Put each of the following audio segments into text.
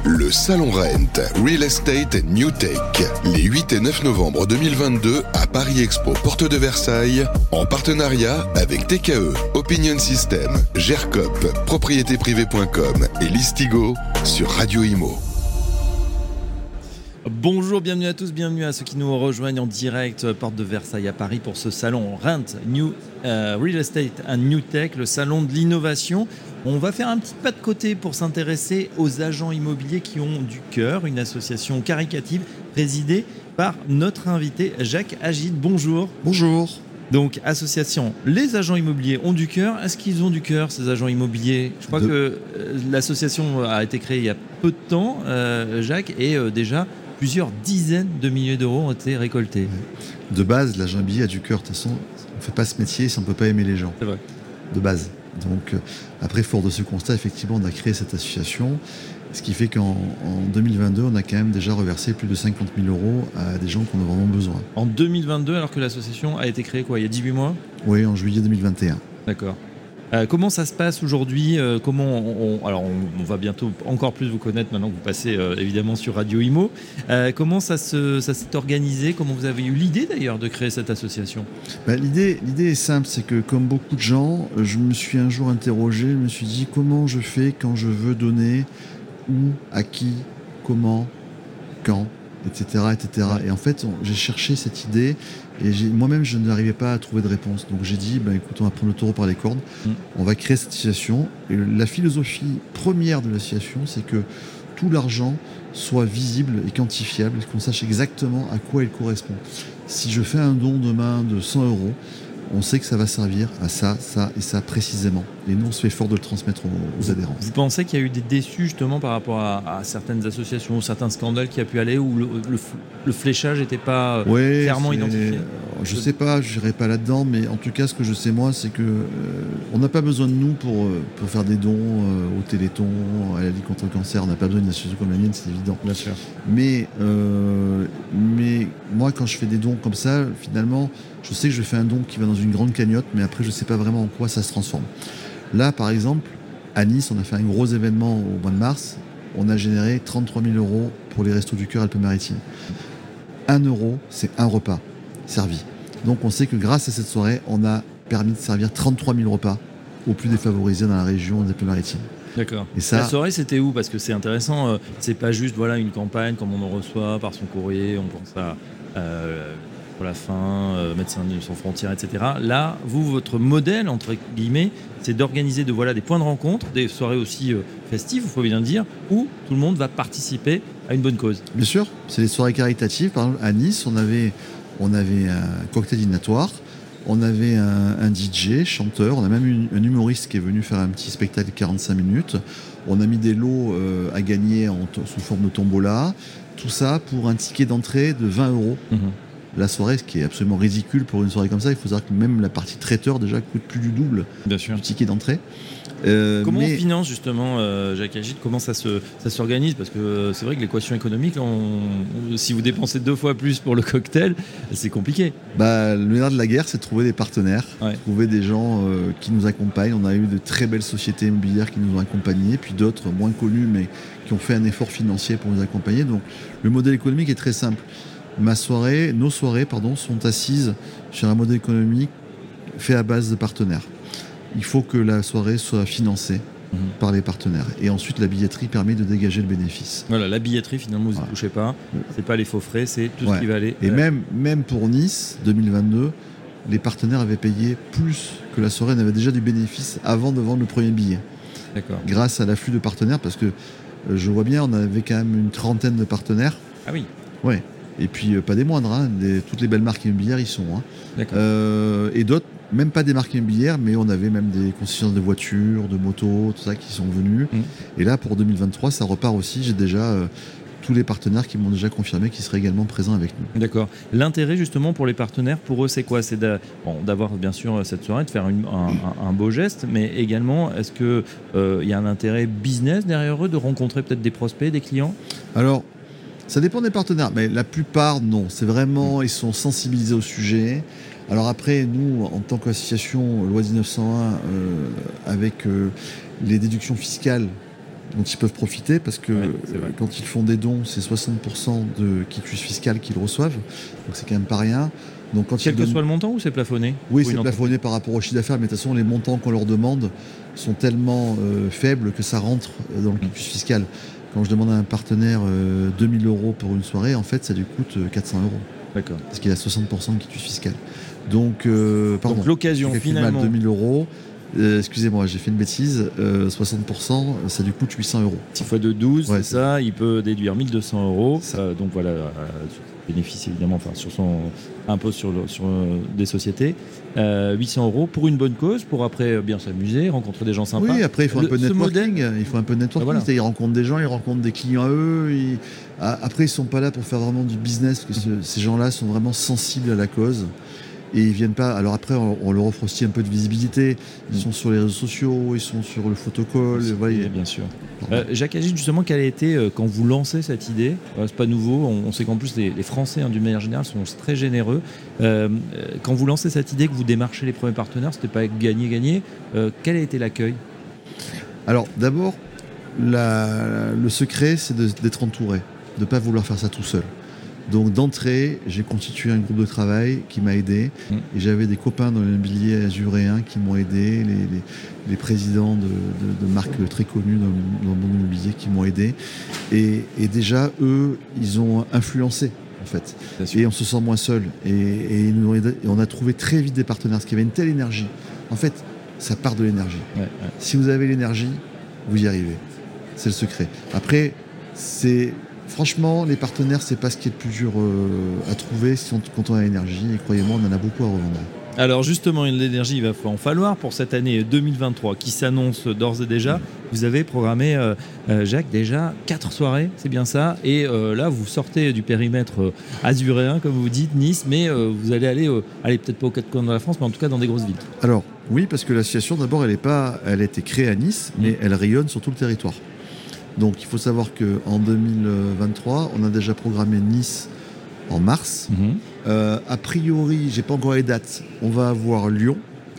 Le Salon Rent, Real Estate New Tech, les 8 et 9 novembre 2022 à Paris Expo, porte de Versailles, en partenariat avec TKE, Opinion System, GERCOP, propriétéprivée.com et Listigo sur Radio Imo. Bonjour, bienvenue à tous, bienvenue à ceux qui nous rejoignent en direct, porte de Versailles à Paris pour ce salon Rent, Real Estate and New Tech, le salon de l'innovation. On va faire un petit pas de côté pour s'intéresser aux agents immobiliers qui ont du cœur, une association caritative présidée par notre invité Jacques Agide. Bonjour. Bonjour. Donc, association, les agents immobiliers ont du cœur. Est-ce qu'ils ont du cœur, ces agents immobiliers ? Je crois que l'association a été créée il y a peu de temps, Jacques, et déjà plusieurs dizaines de milliers d'euros ont été récoltés. De base, l'agent immobilier a du cœur. De toute façon, on ne fait pas ce métier si on ne peut pas aimer les gens. C'est vrai. De base. Donc, après, fort de ce constat, effectivement, on a créé cette association. Ce qui fait qu'en 2022, on a quand même déjà reversé plus de 50 000 euros à des gens qui en ont vraiment besoin. En 2022, alors que l'association a été créée quoi, il y a 18 mois ? Oui, en juillet 2021. D'accord. Comment ça se passe aujourd'hui ? On va bientôt encore plus vous connaître maintenant que vous passez évidemment sur Radio Imo. Comment ça s'est organisé ? Comment vous avez eu l'idée d'ailleurs de créer cette association ? L'idée est simple, c'est que comme beaucoup de gens, je me suis un jour interrogé, je me suis dit comment je fais quand je veux donner, où, à qui, comment, quand, etc. Et en fait, j'ai cherché cette idée et moi-même, je n'arrivais pas à trouver de réponse. Donc j'ai dit, écoute, on va prendre le taureau par les cornes, on va créer cette association. Et la philosophie première de l'association, c'est que tout l'argent soit visible et quantifiable, et qu'on sache exactement à quoi il correspond. Si je fais un don demain de 100 euros, on sait que ça va servir à ça, ça et ça précisément. Et nous, on se fait fort de le transmettre aux adhérents. Vous pensez qu'il y a eu des déçus justement par rapport à certaines associations, certains scandales qui a pu aller, où le fléchage n'était pas clairement identifié ? Je ne sais pas, je n'irai pas là-dedans, mais en tout cas, ce que je sais moi, c'est que on n'a pas besoin de nous pour faire des dons au Téléthon, à la Ligue contre le cancer. On n'a pas besoin d'une association comme la mienne, c'est évident. Bien sûr. Mais moi, quand je fais des dons comme ça, finalement, je sais que je fais un don qui va dans une grande cagnotte, mais après, je ne sais pas vraiment en quoi ça se transforme. Là, par exemple, à Nice, on a fait un gros événement au mois de mars. On a généré 33 000 euros pour les Restos du Cœur Alpes-Maritimes. 1 euro, c'est un repas servi. Donc, on sait que grâce à cette soirée, on a permis de servir 33 000 repas aux plus défavorisés dans la région des Alpes-Maritimes. D'accord. Et ça, la soirée, c'était où ? Parce que c'est intéressant. C'est pas juste une campagne comme on en reçoit par son courrier. On pense à pour la faim, Médecins sans frontières, etc. Là, votre modèle, entre guillemets, c'est d'organiser des points de rencontre, des soirées aussi festives, il faut bien dire, où tout le monde va participer à une bonne cause. Bien sûr, c'est les soirées caritatives. Par exemple, à Nice, on avait un cocktail dînatoire, on avait un DJ, chanteur, on a même eu un humoriste qui est venu faire un petit spectacle de 45 minutes. On a mis des lots à gagner sous forme de tombola. Tout ça pour un ticket d'entrée de 20 euros. La soirée, ce qui est absolument ridicule pour une soirée comme ça. Il faut savoir que même la partie traiteur déjà coûte plus du double du ticket d'entrée. Comment on finance justement, Jacques Agide ? Comment ça s'organise ? Parce que c'est vrai que l'équation économique, si vous dépensez 2 fois plus pour le cocktail, c'est compliqué. Le nerf de la guerre, c'est de trouver des partenaires, trouver des gens qui nous accompagnent. On a eu de très belles sociétés immobilières qui nous ont accompagnés, puis d'autres moins connues, mais qui ont fait un effort financier pour nous accompagner. Donc le modèle économique est très simple. Nos soirées, sont assises sur un modèle économique fait à base de partenaires. Il faut que la soirée soit financée par les partenaires. Et ensuite, la billetterie permet de dégager le bénéfice. Voilà, la billetterie, finalement, vous n'y touchez pas. C'est pas les faux frais, c'est tout ce qui va aller. Et même pour Nice, 2022, les partenaires avaient payé plus que la soirée, n'avait déjà du bénéfice avant de vendre le premier billet. D'accord. Grâce à l'afflux de partenaires, parce que je vois bien, on avait quand même une 30aine de partenaires. Ah oui. Ouais. Et puis pas des moindres, toutes les belles marques immobilières y sont. D'accord. Et d'autres, même pas des marques immobilières, mais on avait même des concessionnaires de voitures, de motos, tout ça qui sont venus. Et là, pour 2023, ça repart aussi. J'ai déjà tous les partenaires qui m'ont déjà confirmé qu'ils seraient également présents avec nous. D'accord. L'intérêt justement pour les partenaires, pour eux, c'est quoi ? C'est d'avoir bien sûr cette soirée, de faire un beau geste, mais également, est-ce qu'il y a un intérêt business derrière eux, de rencontrer peut-être des prospects, des clients ? Alors, ça dépend des partenaires, mais la plupart, non. C'est vraiment, ils sont sensibilisés au sujet. Alors après, nous, en tant qu'association Loi 1901, avec les déductions fiscales dont ils peuvent profiter parce que c'est vrai. quand ils font des dons, c'est 60% de quitus fiscal qu'ils reçoivent. Donc c'est quand même pas rien. Donc quand Quel que soit le montant ou c'est plafonné? Oui, pour c'est une plafonné par rapport au chiffre d'affaires, mais de toute façon, les montants qu'on leur demande sont tellement faibles que ça rentre dans le quitus fiscal. Quand je demande à un partenaire 2000 € pour une soirée, en fait, ça lui coûte 400 €. D'accord. Parce qu'il a 60% de quitus fiscal. Donc, pardon. Donc l'occasion, j'ai calculé finalement. mal, 2000 €. Excusez-moi, j'ai fait une bêtise. 60%, ça lui coûte 800 €. 6 fois 2, 12, Ouais, c'est ça. Il peut déduire 1200 €. Ça. Donc voilà, bénéfice évidemment, enfin sur son impôt sur des sociétés. 800 € pour une bonne cause, pour après bien s'amuser, rencontrer des gens sympas. Oui, après, il faut un peu de Ce networking. modèle- Il faut un peu de networking. Voilà. C'est-à-dire, ils rencontrent des gens, ils rencontrent des clients à eux. Après, ils ne sont pas là pour faire vraiment du business, parce que ces gens-là sont vraiment sensibles à la cause. Et ils viennent pas. Alors après, on leur offre aussi un peu de visibilité. Ils sont sur les réseaux sociaux, ils sont sur le photocall. Voilà, Oui, bien sûr. Jacques Agide, justement, quelle a été, quand vous lancez cette idée, c'est pas nouveau, on sait qu'en plus les Français, d'une manière générale, sont très généreux. Quand vous lancez cette idée, que vous démarchez les premiers partenaires, c'était pas gagner-gagner. Quel a été l'accueil? Alors d'abord, le secret, c'est d'être entouré, de ne pas vouloir faire ça tout seul. Donc d'entrée, j'ai constitué un groupe de travail qui m'a aidé. Et j'avais des copains dans l'immobilier azuréen qui m'ont aidé, les présidents de marques très connues dans le monde immobilier qui m'ont aidé. Et déjà, eux, ils ont influencé, en fait. Et on se sent moins seul. Et ils nous ont aidé. Et on a trouvé très vite des partenaires, parce qu'il y avait une telle énergie. En fait, ça part de l'énergie. Ouais. Si vous avez l'énergie, vous y arrivez. C'est le secret. Après, franchement, les partenaires, c'est pas ce qui est le plus dur à trouver quand on a l'énergie. Et croyez-moi, on en a beaucoup à revendre. Alors justement, l'énergie, il va en falloir pour cette année 2023 qui s'annonce d'ores et déjà. Vous avez programmé, Jacques, déjà 4 soirées, c'est bien ça. Et là, vous sortez du périmètre azuréen, comme vous dites, Nice, mais vous allez aller peut-être pas aux 4 coins de la France, mais en tout cas dans des grosses villes. Alors, oui, parce que l'association, d'abord, elle a été créée à Nice, mais elle rayonne sur tout le territoire. Donc, il faut savoir qu'en 2023, on a déjà programmé Nice en mars. A priori, j'ai pas encore les dates. On va avoir Lyon,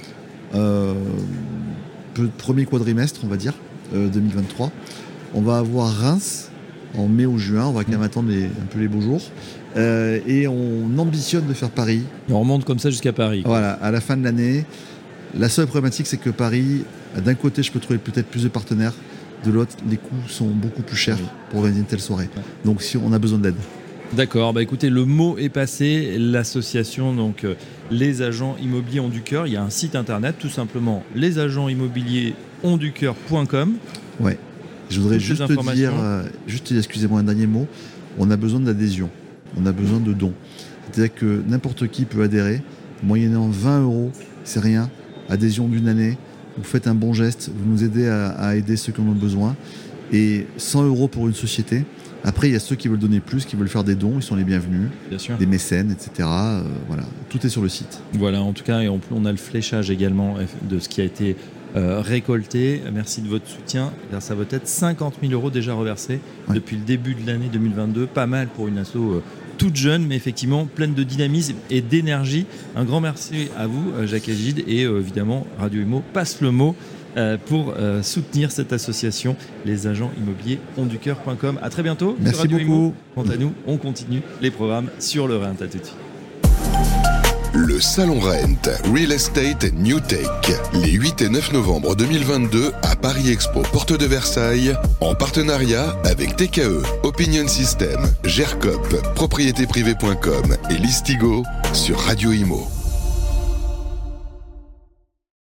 premier quadrimestre, on va dire, 2023. On va avoir Reims en mai ou juin. On va quand même attendre un peu les beaux jours. Et on ambitionne de faire Paris. Et on remonte comme ça jusqu'à Paris. Voilà, à la fin de l'année. La seule problématique, c'est que Paris, d'un côté, je peux trouver peut-être plus de partenaires. De l'autre, les coûts sont beaucoup plus chers pour organiser une telle soirée. Donc, si on a besoin d'aide. D'accord, bah écoutez, le mot est passé. L'association, donc les agents immobiliers ont du cœur. Il y a un site internet, tout simplement lesagentsimmobiliers-ont-du-cœur.com. Ouais. Je voudrais juste te dire, excusez-moi, un dernier mot. On a besoin d'adhésion. On a besoin de dons. C'est-à-dire que n'importe qui peut adhérer. Moyennant 20 €, c'est rien. Adhésion d'une année. Vous faites un bon geste. Vous nous aidez à aider ceux qui en ont besoin. Et 100 € pour une société. Après, il y a ceux qui veulent donner plus, qui veulent faire des dons, ils sont les bienvenus. Bien sûr. Des mécènes, etc. Voilà, tout est sur le site. Voilà, en tout cas, et on a le fléchage également de ce qui a été récolté. Merci de votre soutien. Grâce à votre aide, 50 000 € déjà reversés depuis le début de l'année 2022. Pas mal pour une asso toute jeune, mais effectivement pleine de dynamisme et d'énergie. Un grand merci à vous, Jacques Agide, et évidemment, Radio Imo passe le mot pour soutenir cette association, les agents immobiliers ont-du-cœur.com. À très bientôt. Merci sur Radio beaucoup. Imo. Quant à nous, on continue les programmes sur le Rent. À tout de suite. Le Salon Rent, Real Estate and New Tech, les 8 et 9 novembre 2022 à Paris Expo, porte de Versailles, en partenariat avec TKE, Opinion System, GERCOP, propriétéprivée.com et Listigo sur Radio Imo.